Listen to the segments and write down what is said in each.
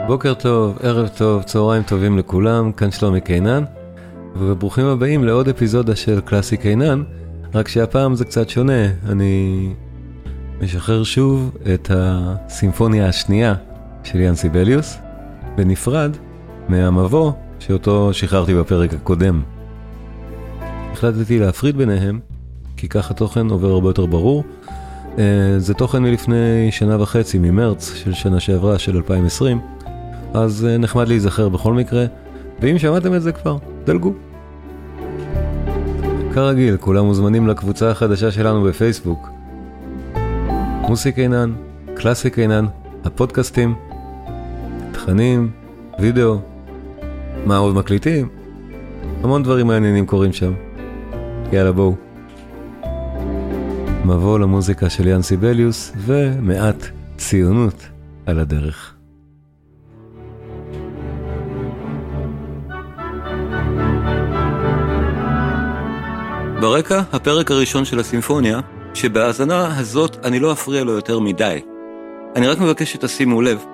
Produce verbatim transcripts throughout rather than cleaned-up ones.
בוקר טוב, ערב טוב, צהריים טובים לכולם, כאן שלומי קינן, וברוכים הבאים לעוד אפיזודה של קלאסי קינן, רק שהפעם זה קצת שונה, אני משחרר שוב את הסימפוניה השנייה של יאן סיבליוס, בנפרד מהמבוא שאותו שחררתי בפרק הקודם. החלטתי להפריד ביניהם, כי כך התוכן עובר הרבה יותר ברור. זה תוכן מלפני שנה וחצי, ממרץ של שנה שעברה, של אלפיים ועשרים, אז נחמד להיזכר בכל מקרה, ואם שמעתם את זה כבר, דלגו. כרגיל, כולם מוזמנים לקבוצה החדשה שלנו בפייסבוק. מוסי קינן, קלאסי קינן, הפודקאסטים, תכנים, וידאו, מה עוד מקליטים, המון דברים מעניינים קורים שם. יאללה בואו. מבוא למוזיקה של יאן סיבליוס ומעט ציונות על הדרך. ברקע, הפרק הראשון של הסימפוניה, שבהאזנה הזאת אני לא אפריע לו יותר מדי. אני רק מבקש שתשימו לב,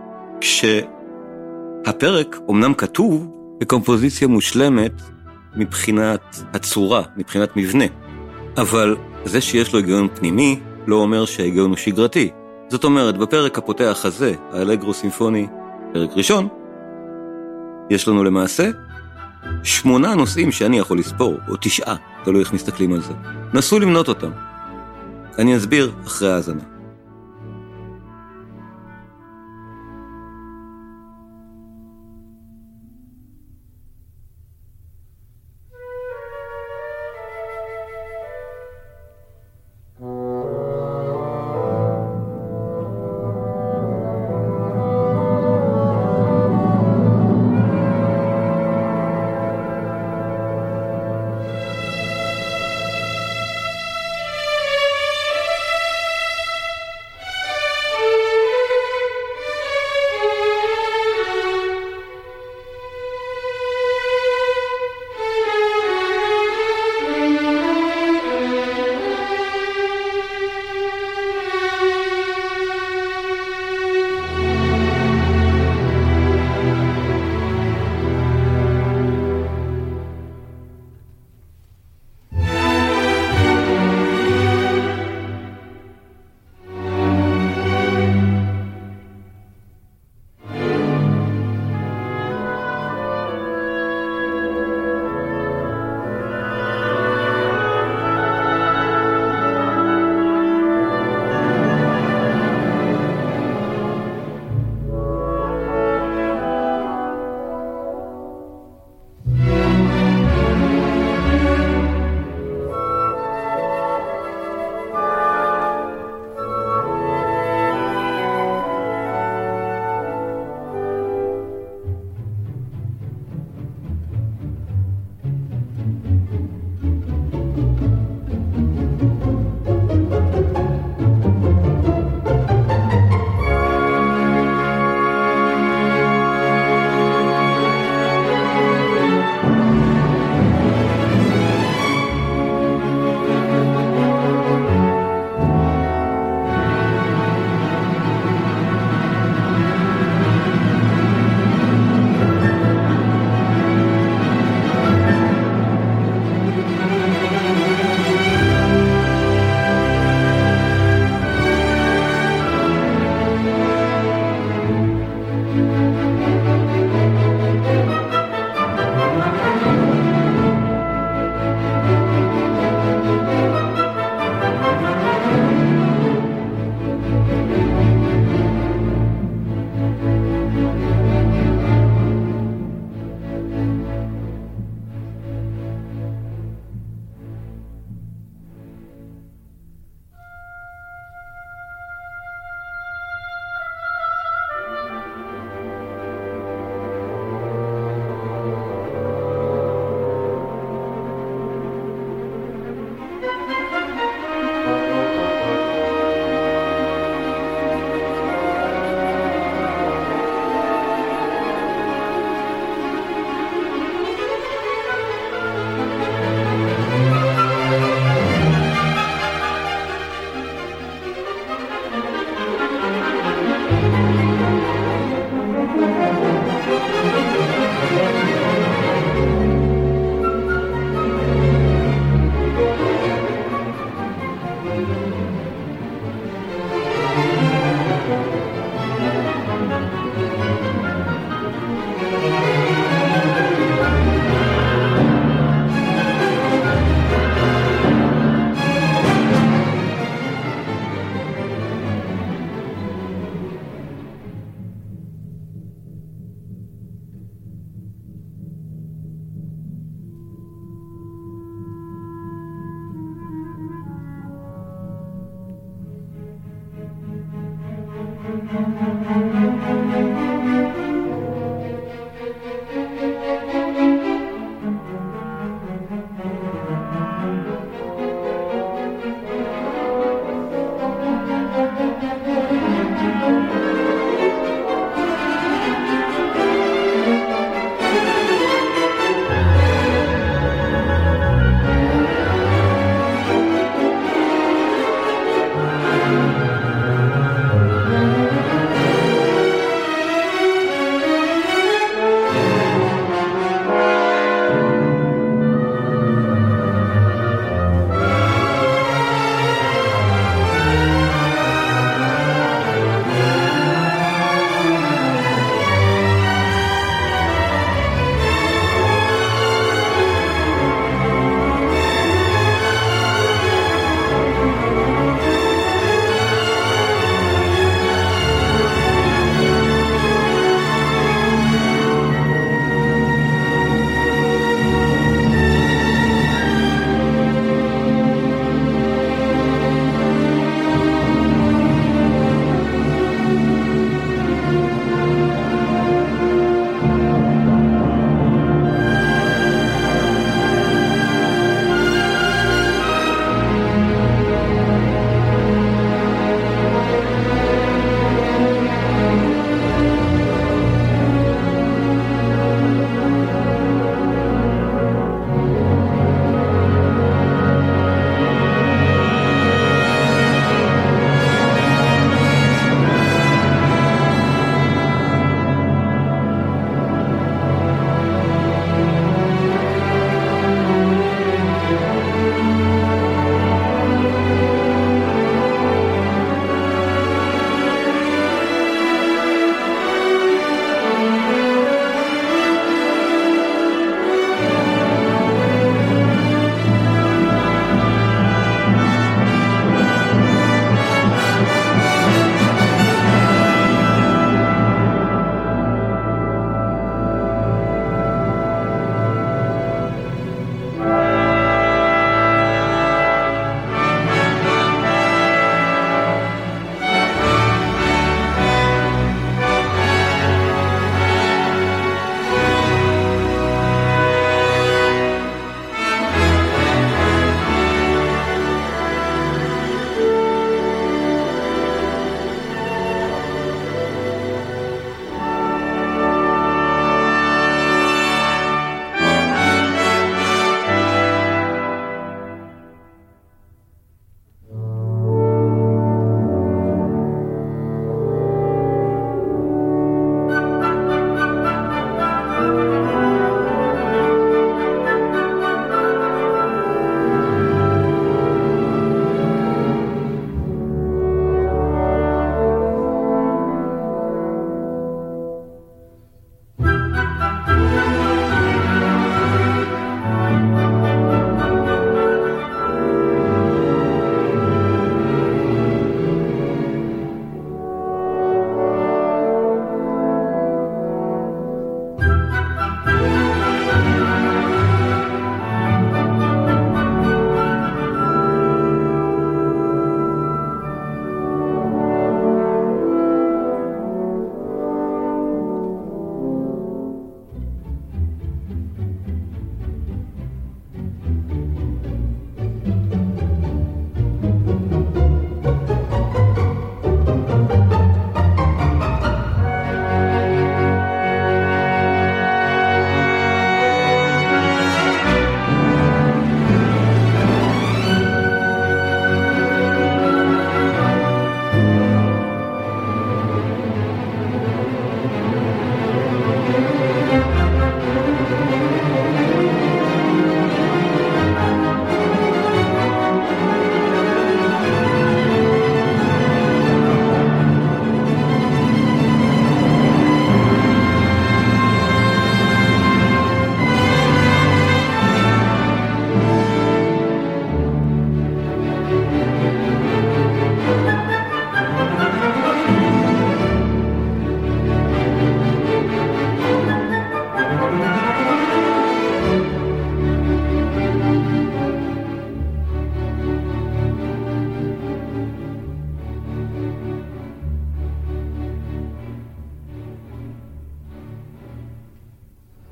כשהפרק אומנם כתוב בקומפוזיציה מושלמת מבחינת הצורה, מבחינת מבנה, אבל זה שיש לו היגיון פנימי לא אומר שההיגיון הוא שגרתי. זאת אומרת, בפרק הפותח הזה, האלגרו סימפוני, פרק ראשון, יש לנו למעשה שמונה נושאים שאני יכול לספור, או תשעה, תלוי איך מסתכלים על זה. נסו למנות אותם. אני אסביר אחרי ההאזנה.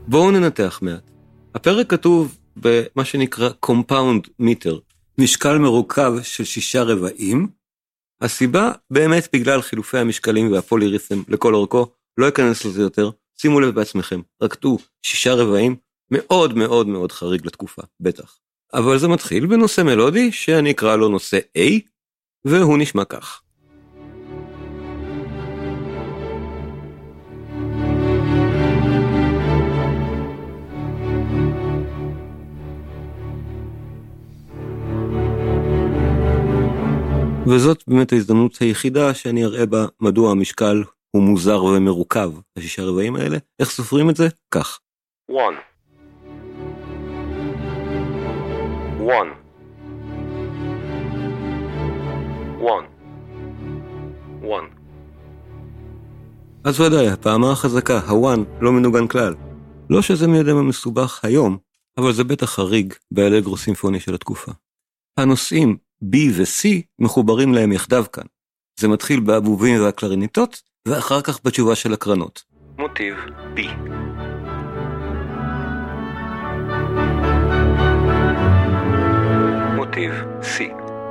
בואו ננתח מעט. הפרק כתוב במה שנקרא compound meter, משקל מרוכב של שישה רבעים. הסיבה באמת בגלל חילופי המשקלים והפוליריתם לכל אורכו, לא אכנס לזה יותר, שימו לב בעצמכם, רקטו שישה רבעים, מאוד מאוד מאוד חריג לתקופה, בטח. אבל זה מתחיל בנושא מלודי שאני אקרא לו נושא A, והוא נשמע כך. וזאת באמת ההזדמנות היחידה שאני אראה בה מדוע המשקל הוא מוזר ומרוכב, השישה רבעים האלה. איך סופרים את זה? כך. one. one. one. one. אז ודאי, הפעמה החזקה, ה-one, לא מנוגן כלל. לא שזה מי יודע מה מסובך היום, אבל זה בטח חריג באלגרו סימפוני של התקופה. הנושאים B ו-C מחוברים להם יחדיו כאן. זה מתחיל באבובים והקלריניטות, ואחר כך בתשובה של הקרנות. מוטיב B. מוטיב C.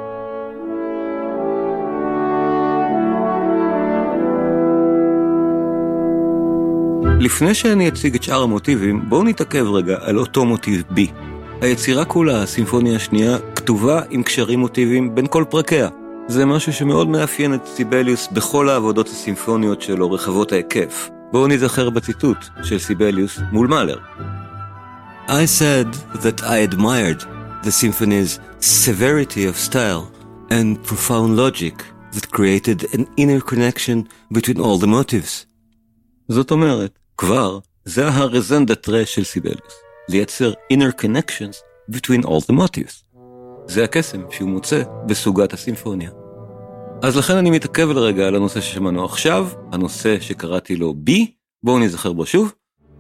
לפני שאני אציג את שאר המוטיבים, בואו נתעכב רגע על אותו מוטיב B. היצירה כולה, הסימפוניה השנייה, כתובה עם קשרים מוטיביים בין כל פרקיה. זה משהו שמאוד מאפיין את סיבליוס בכל העבודות הסימפוניות שלו רחבות ההיקף. בואו נזכר בציטוט של סיבליוס מול מאלר. I said that I admired the symphony's severity of style and profound logic that created an inner connection between all the motives. זאת אומרת, כבר, זה הרזן דטרה של סיבליוס. לייצר inner connections between all the motives. זה הקסם שהוא מוצא בסוגת הסימפוניה. אז לכן אני מתעכב לרגע על הנושא ששמענו עכשיו, הנושא שקראתי לו B, בואו נזכר בו שוב.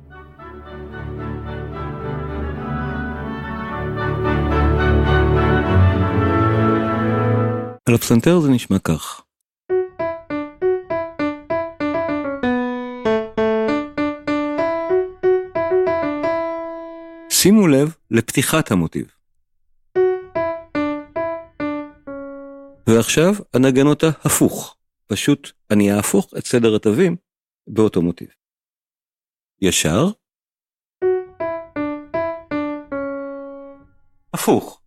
על הפסנתר זה נשמע כך. שימו לב לפתיחת המוטיב. ועכשיו אנגן אותה הפוך. פשוט אני אהפוך את סדר התווים באותו מוטיב. ישר. הפוך.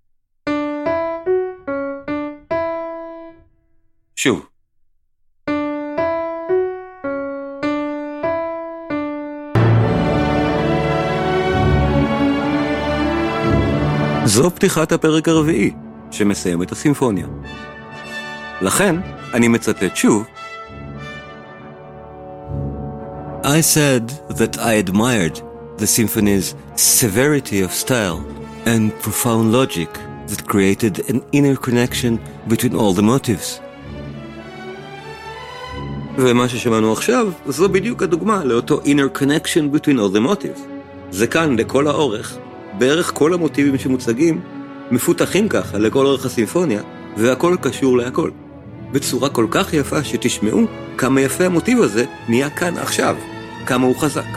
שוב. זו פתיחת הפרק הרביעי, שמסיים את הסימפוניה. לכן, אני מצטט שוב. I said that I admired the symphony's severity of style and profound logic that created an inner connection between all the motives. ומה ששמענו עכשיו, זו בדיוק הדוגמה לאותו inner connection between all the motives. זה כאן לכל האורך. בערך כל המוטיבים שמוצגים מפותחים ככה לכל אורך הסימפוניה, והכל קשור להכל. בצורה כל כך יפה שתשמעו כמה יפה המוטיב הזה נהיה כאן עכשיו, כמה הוא חזק.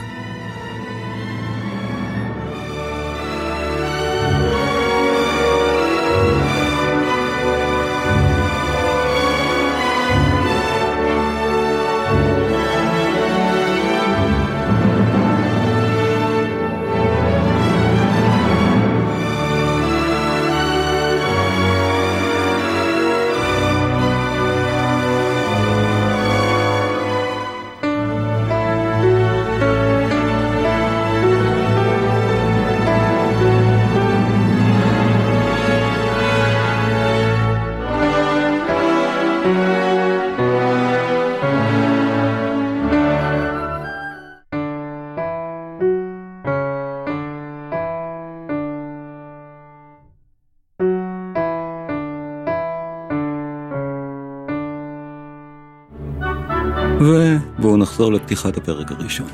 ובואו נחזור לפתיחת הפרק הראשון.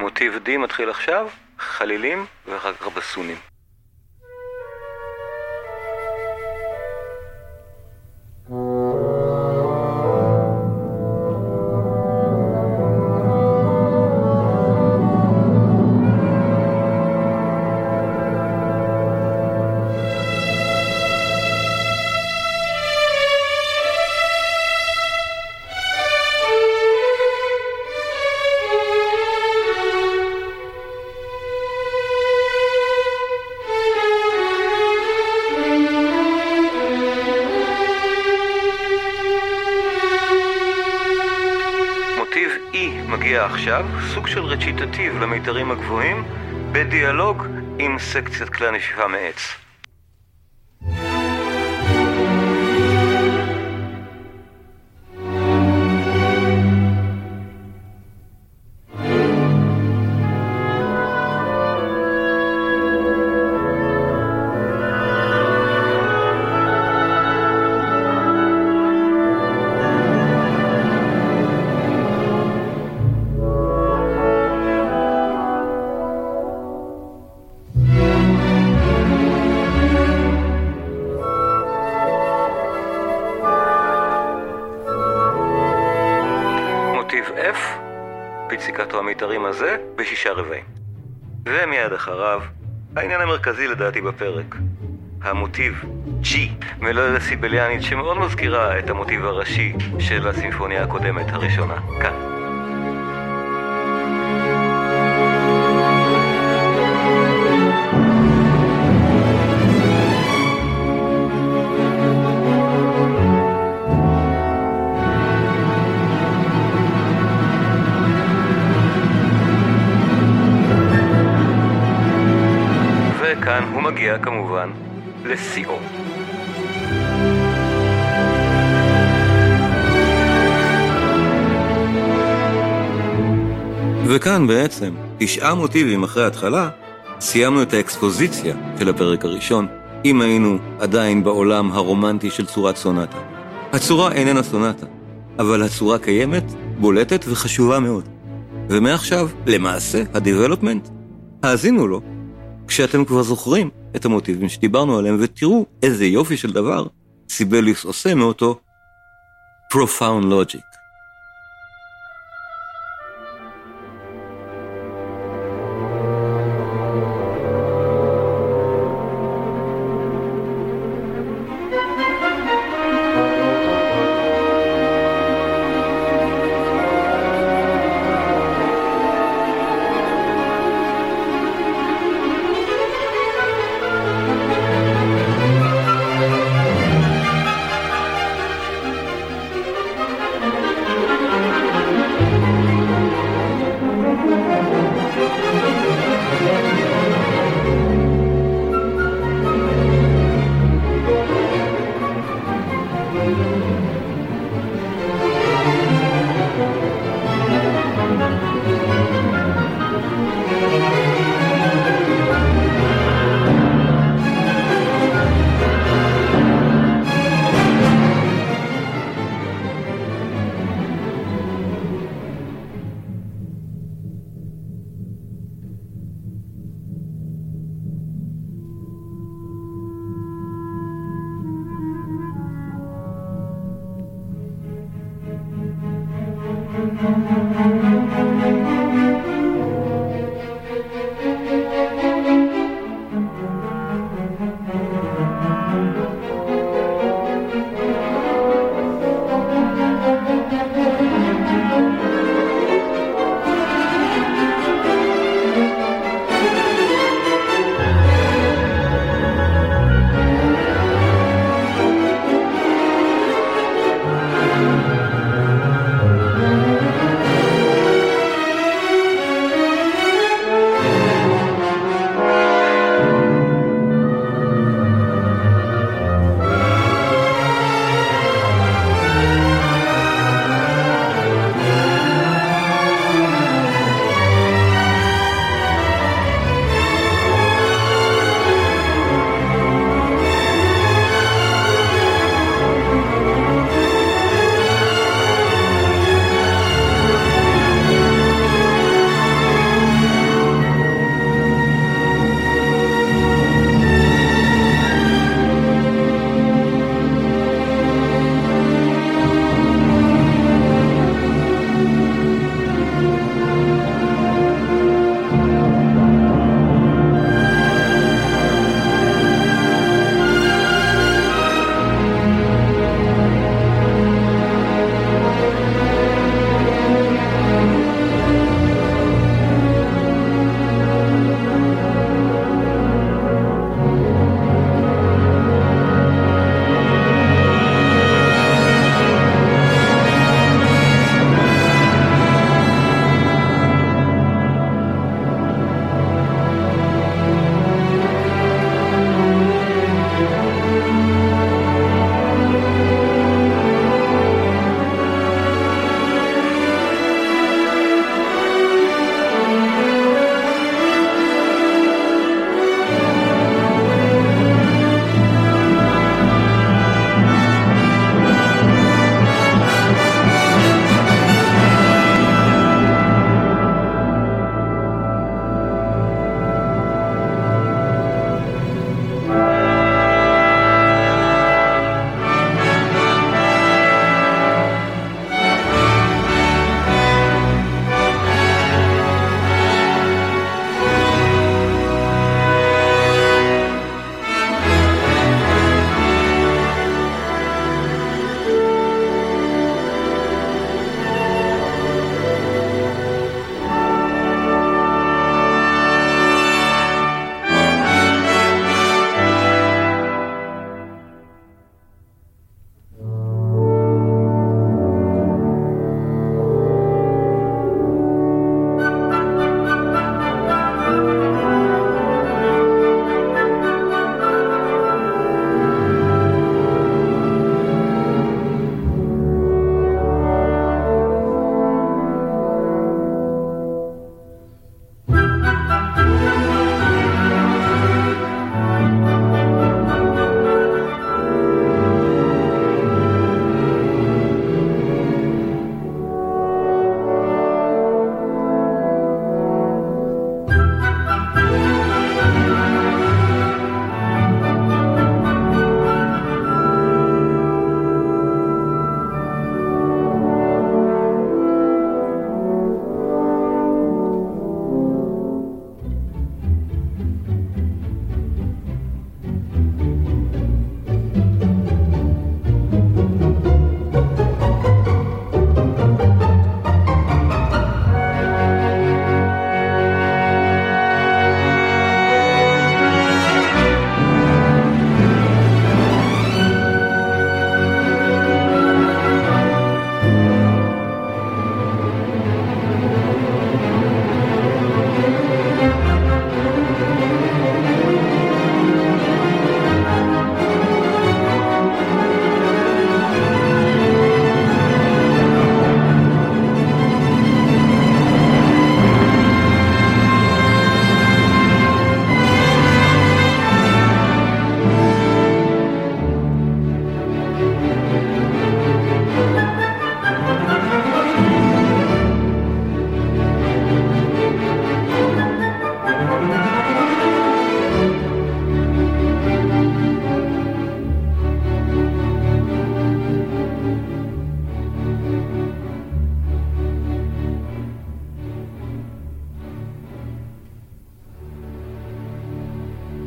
מוטיב D מתחיל עכשיו, חלילים ואחר כך בסונים. מגיע עכשיו סוג של רציטטיב למיתרים הגבוהים בדיאלוג עם סקציית כלי הנשיפה מעץ. F, פיציקתו המיתרים הזה בשישה רבעים. ומיד אחריו, העניין המרכזי לדעתי בפרק, המוטיב G, מלודיה סיבליאנית שמאוד מזכירה את המוטיב הראשי של הסימפוניה הקודמת הראשונה, כאן. וכאן הוא מגיע כמובן לסיאו. וכאן בעצם, תשעה מוטיבים אחרי ההתחלה, סיימנו את האקספוזיציה של הפרק הראשון, אם היינו עדיין בעולם הרומנטי של צורת סונטה. הצורה איננה סונטה, אבל הצורה קיימת, בולטת וחשובה מאוד. ומעכשיו, למעשה, הדיבלופמנט, האזינו לו, כשאתם כבר זוכרים את המוטיבים שדיברנו עליהם, ותראו איזה יופי של דבר סיבליוס עושה מאותו profound logic.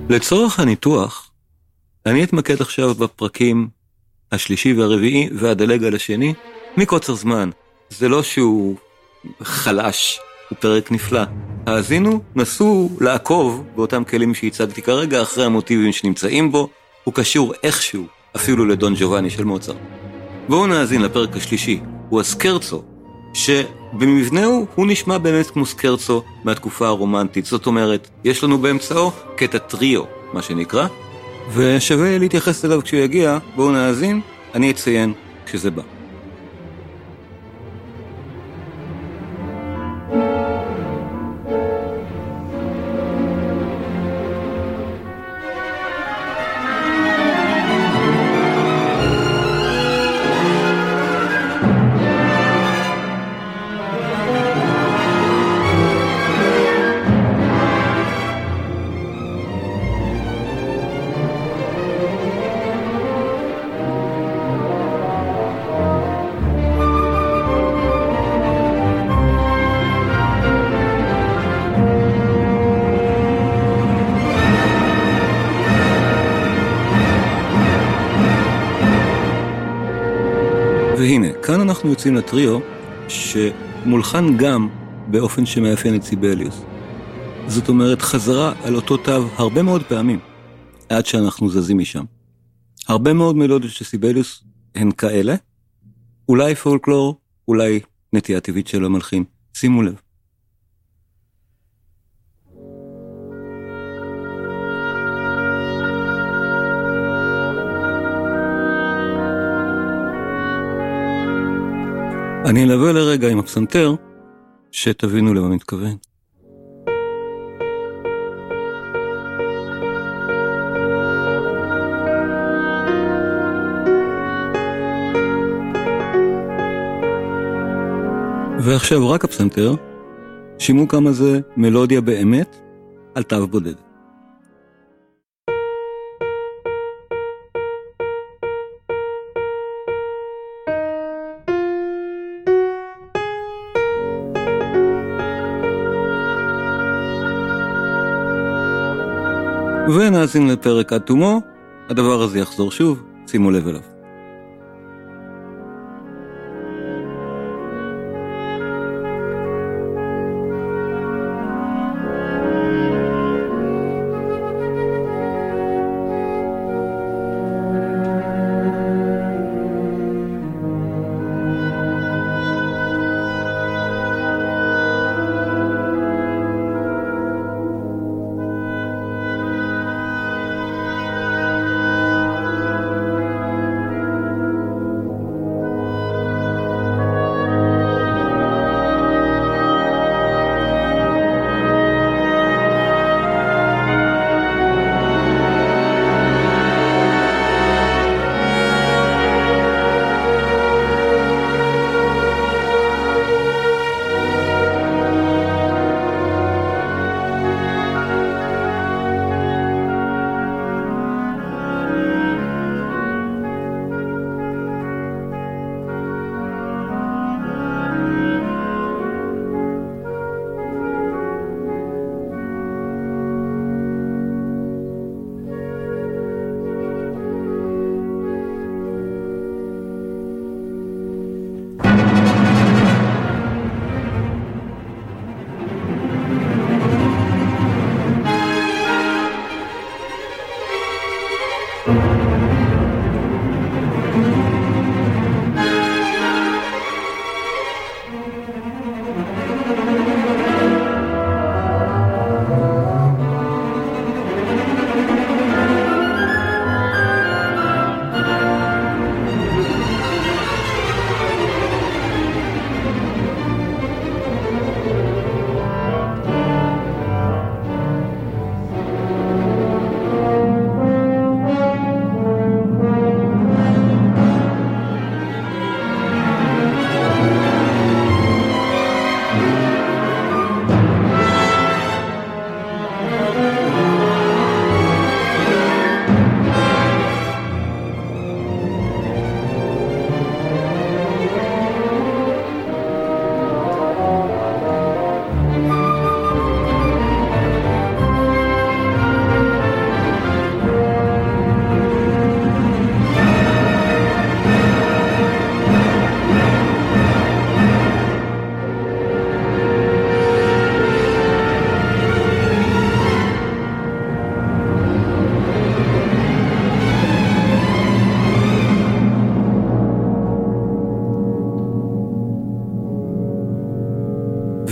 לצורך הניתוח, אני אתמקד עכשיו בפרקים השלישי והרביעי והדלג על השני, מקוצר זמן. זה לא שהוא חלש, הוא פרק נפלא. האזינו, נסו לעקוב באותם כלים שהצגתי כרגע אחרי המוטיבים שנמצאים בו, הוא קשור איכשהו, אפילו לדון ג'ובאני של מוצרט. בואו נאזין לפרק השלישי, הוא הסקרצו, שבמבנהו הוא נשמע באמת כמו סקרצו מהתקופה הרומנטית. זאת אומרת, יש לנו באמצעו קטע טריו, מה שנקרא, ושווה להתייחס אליו כשהוא יגיע. בואו נאזין, אני אציין כשזה בא. והנה, כאן אנחנו יוצאים לטריו שמולחן גם באופן שמאפיין את סיבליוס. זאת אומרת, חזרה על אותו תו הרבה מאוד פעמים, עד שאנחנו זזים משם. הרבה מאוד מלודיות של סיבליוס הן כאלה, אולי פולקלור, אולי נטייה טבעית של המלחין. שימו לב. אני אלווה לרגע עם הפסנתר, שתבינו למה מתכוון. ועכשיו רק הפסנתר, שימו כמה זה מלודיה באמת על תו בודד. ונאזין לפרק עד תומו, הדבר הזה יחזור שוב, שימו לב אליו.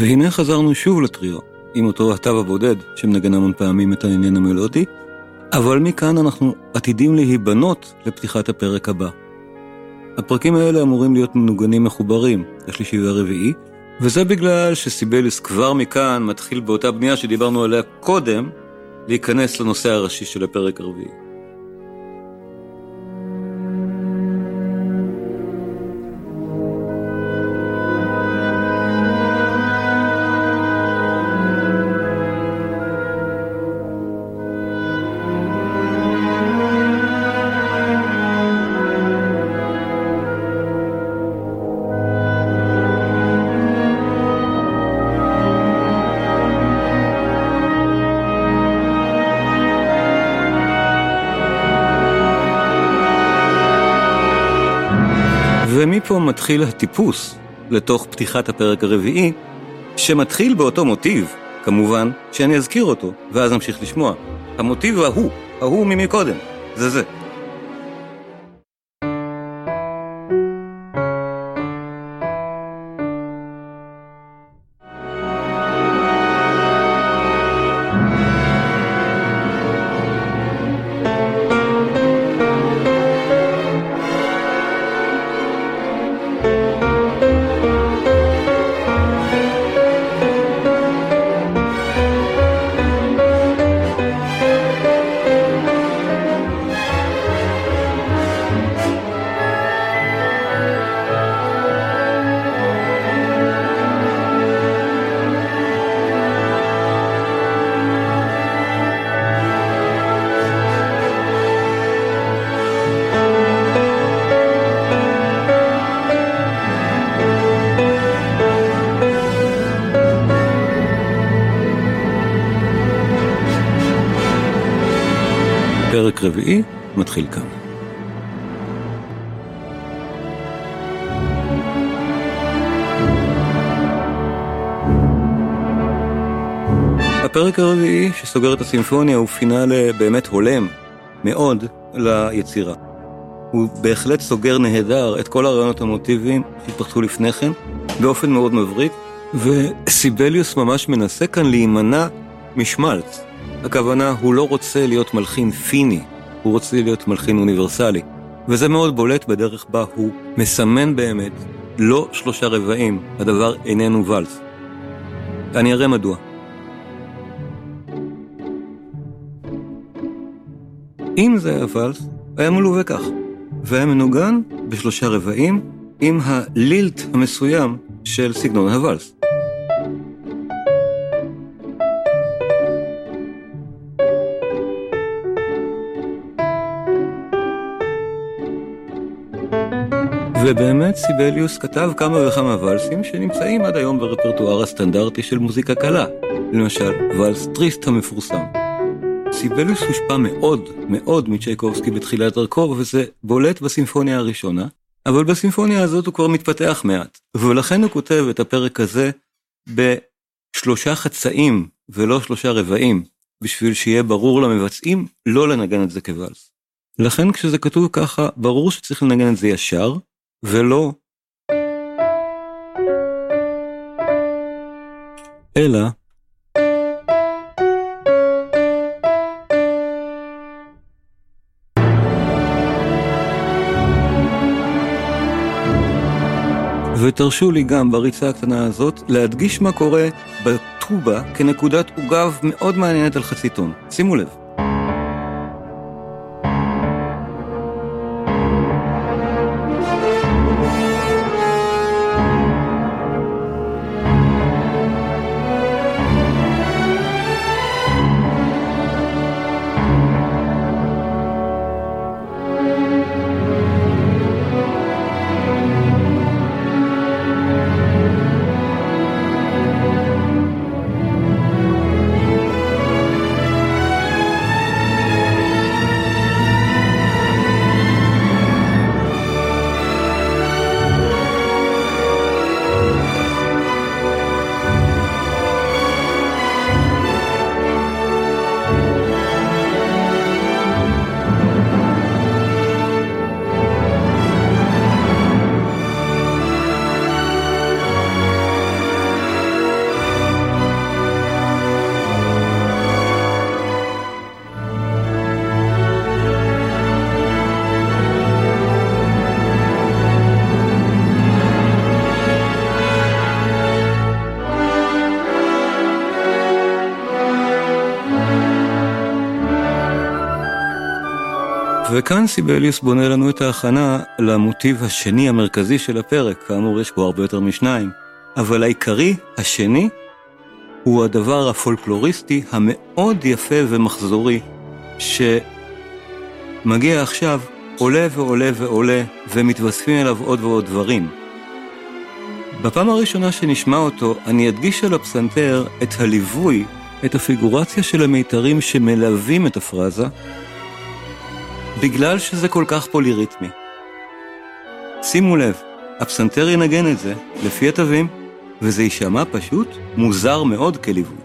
והנה חזרנו שוב לטריו, עם אותו התו הבודד שמנגן המון פעמים את העניין המלודי, אבל מכאן אנחנו עתידים להיבנות לפתיחת הפרק הבא. הפרקים האלה אמורים להיות מנוגנים מחוברים, השלישי והרביעי, וזה בגלל שסיבליוס כבר מכאן מתחיל באותה בנייה שדיברנו עליה קודם, להיכנס לנושא הראשי של הפרק הרביעי. ומפה מתחיל הטיפוס לתוך פתיחת הפרק הרביעי, שמתחיל באותו מוטיב, כמובן שאני אזכיר אותו, ואז נמשיך לשמוע. המוטיב ההוא, ההוא ממי קודם, זה זה. פרק רביעי מתחיל כאן. הפרק הרביעי שסוגר את הסימפוניה הוא פינאלה באמת הולם מאוד ליצירה. הוא בהחלט סוגר נהדר את כל הרעיונות המוטיביים שהתפתחו לפני כן באופן מאוד מבריק, וסיבליוס ממש מנסה כאן להימנע משמלץ. הכוונה, הוא לא רוצה להיות מלחין פיני, הוא רוצה להיות מלחין אוניברסלי. וזה מאוד בולט בדרך בה הוא מסמן באמת לא שלושה רבעים, הדבר איננו ולס. אני אראה מדוע. אם זה היה ולס, היה מלווה כך, והיה מנוגן בשלושה רבעים עם הלילט המסוים של סגנון הוולס. ובאמת סיבליוס כתב כמה וכמה ולסים שנמצאים עד היום ברפרטואר הסטנדרטי של מוזיקה קלה, למשל ולס טריסט המפורסם. סיבליוס הושפע מאוד מאוד מצ'ייקובסקי בתחילת דרכו, וזה בולט בסימפוניה הראשונה, אבל בסימפוניה הזאת הוא כבר מתפתח מעט, ולכן הוא כותב את הפרק הזה בשלושה חצאים ולא שלושה רבעים, בשביל שיהיה ברור למבצעים לא לנגן את זה כוולס. לכן כשזה כתוב ככה, ברור שצריך לנגן את זה ישר, ולא אלא ותרשו לי גם בריצה הקטנה הזאת להדגיש מה קורה בטובה כנקודת עוגב מאוד מעניינת על חצי טון. שימו לב. וכאן סיבליוס בונה לנו את ההכנה למוטיב השני המרכזי של הפרק, כאמור יש בו הרבה יותר משניים, אבל העיקרי, השני, הוא הדבר הפולקלוריסטי המאוד יפה ומחזורי, שמגיע עכשיו, עולה ועולה ועולה, ומתווספים אליו עוד ועוד דברים. בפעם הראשונה שנשמע אותו, אני אדגיש על הפסנתר את הליווי, את הפיגורציה של המיתרים שמלווים את הפרזה, בגלל שזה כל כך פוליריתמי. שימו לב, הפסנתר ינגן את זה לפי התווים, וזה יישמע פשוט מוזר מאוד כליווי.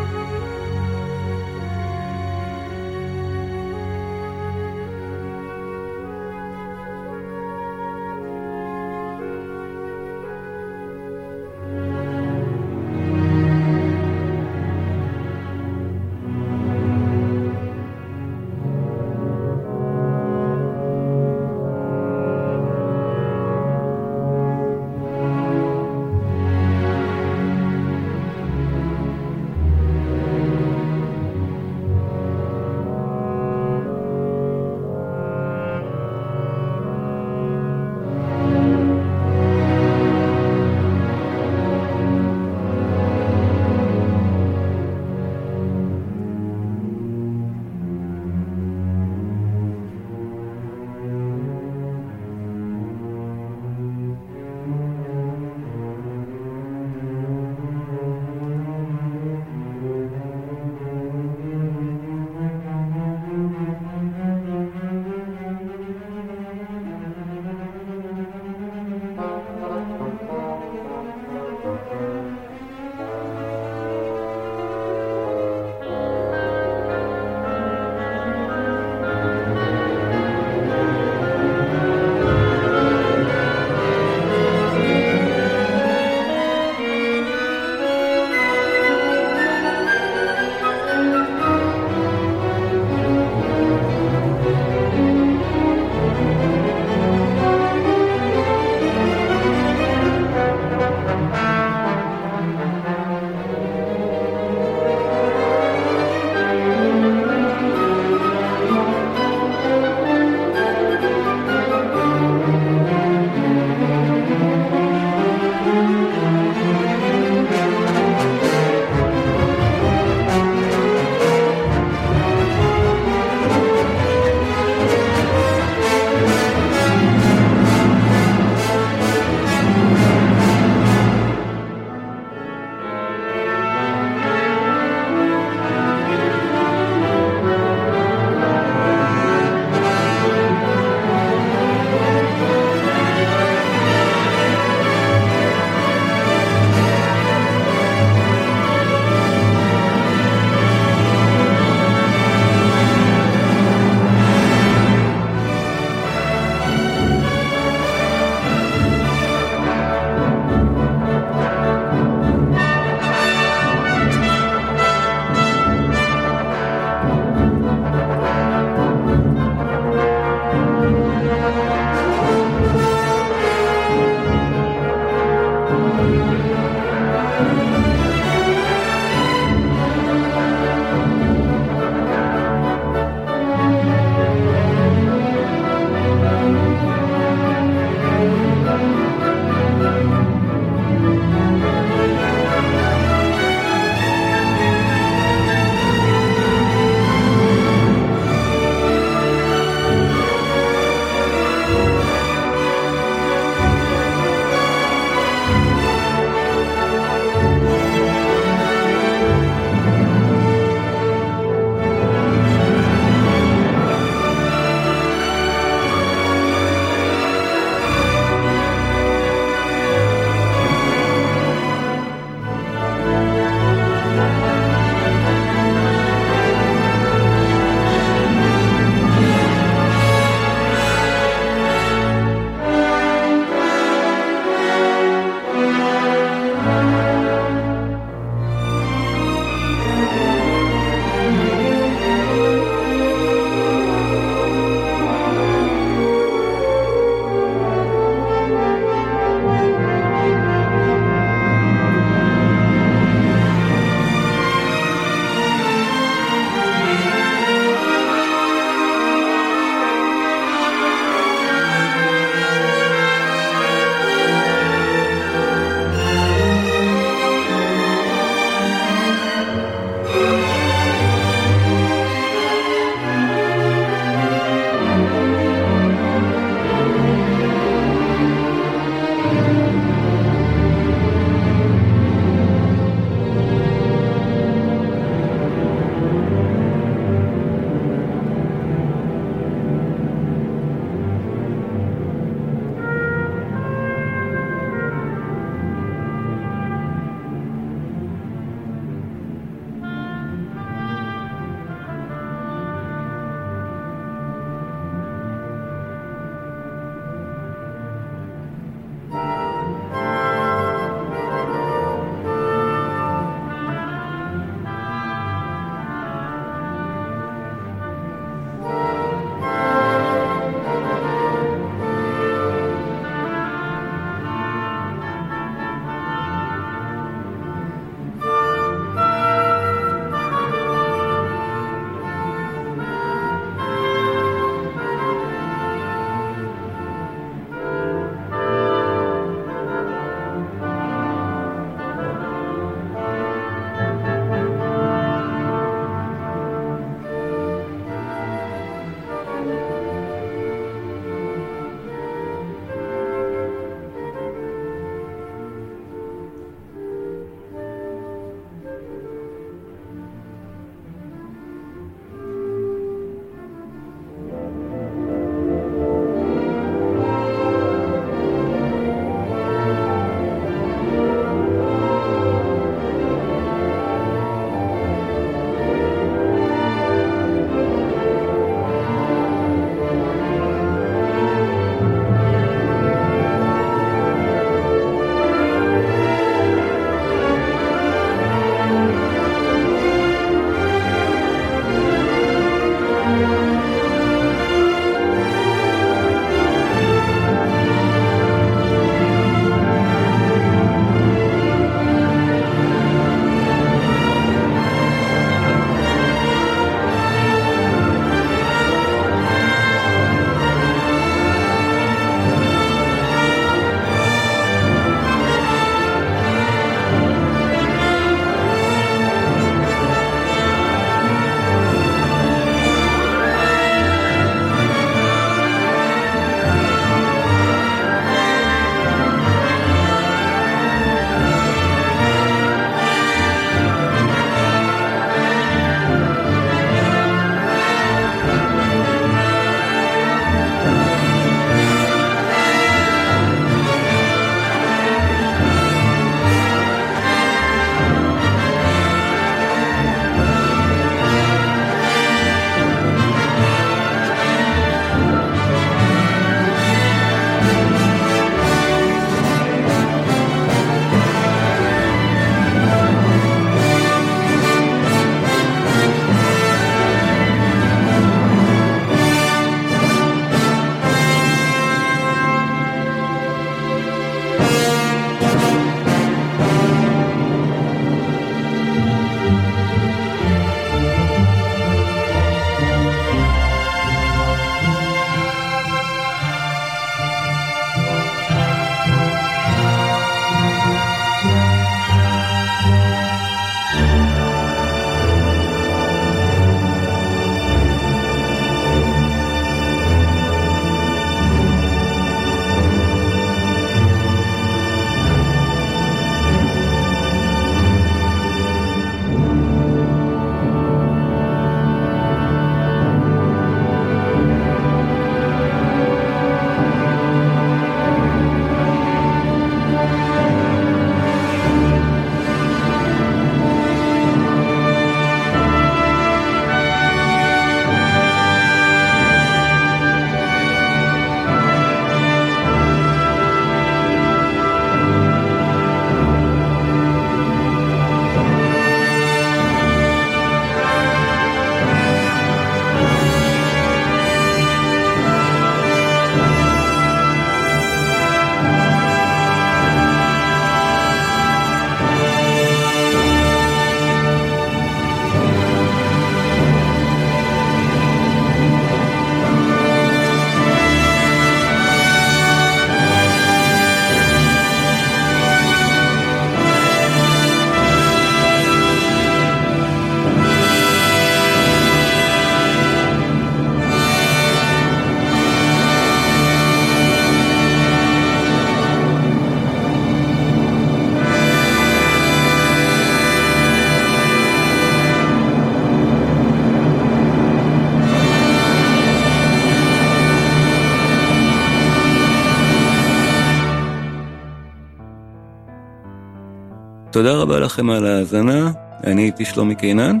תודה רבה לכם על ההאזנה, אני הייתי שלומי קינן,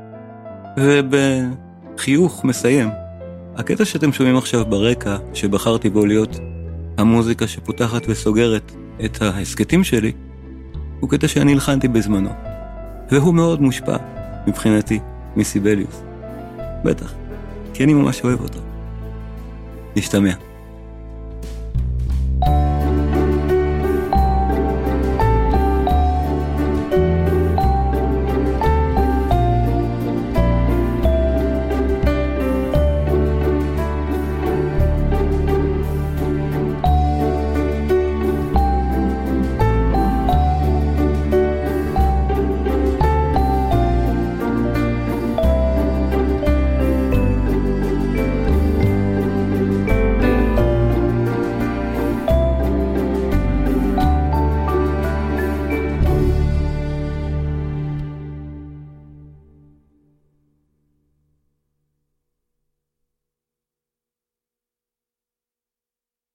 ובחיוך מסיים. הקטע שאתם שומעים עכשיו ברקע, שבחרתי בו להיות המוזיקה שפותחת וסוגרת את ההסקטים שלי, הוא קטע שאני הלחנתי בזמנו, והוא מאוד מושפע מבחינתי מסיבליוס. בטח, כי אני ממש אוהב אותו. נשתמע.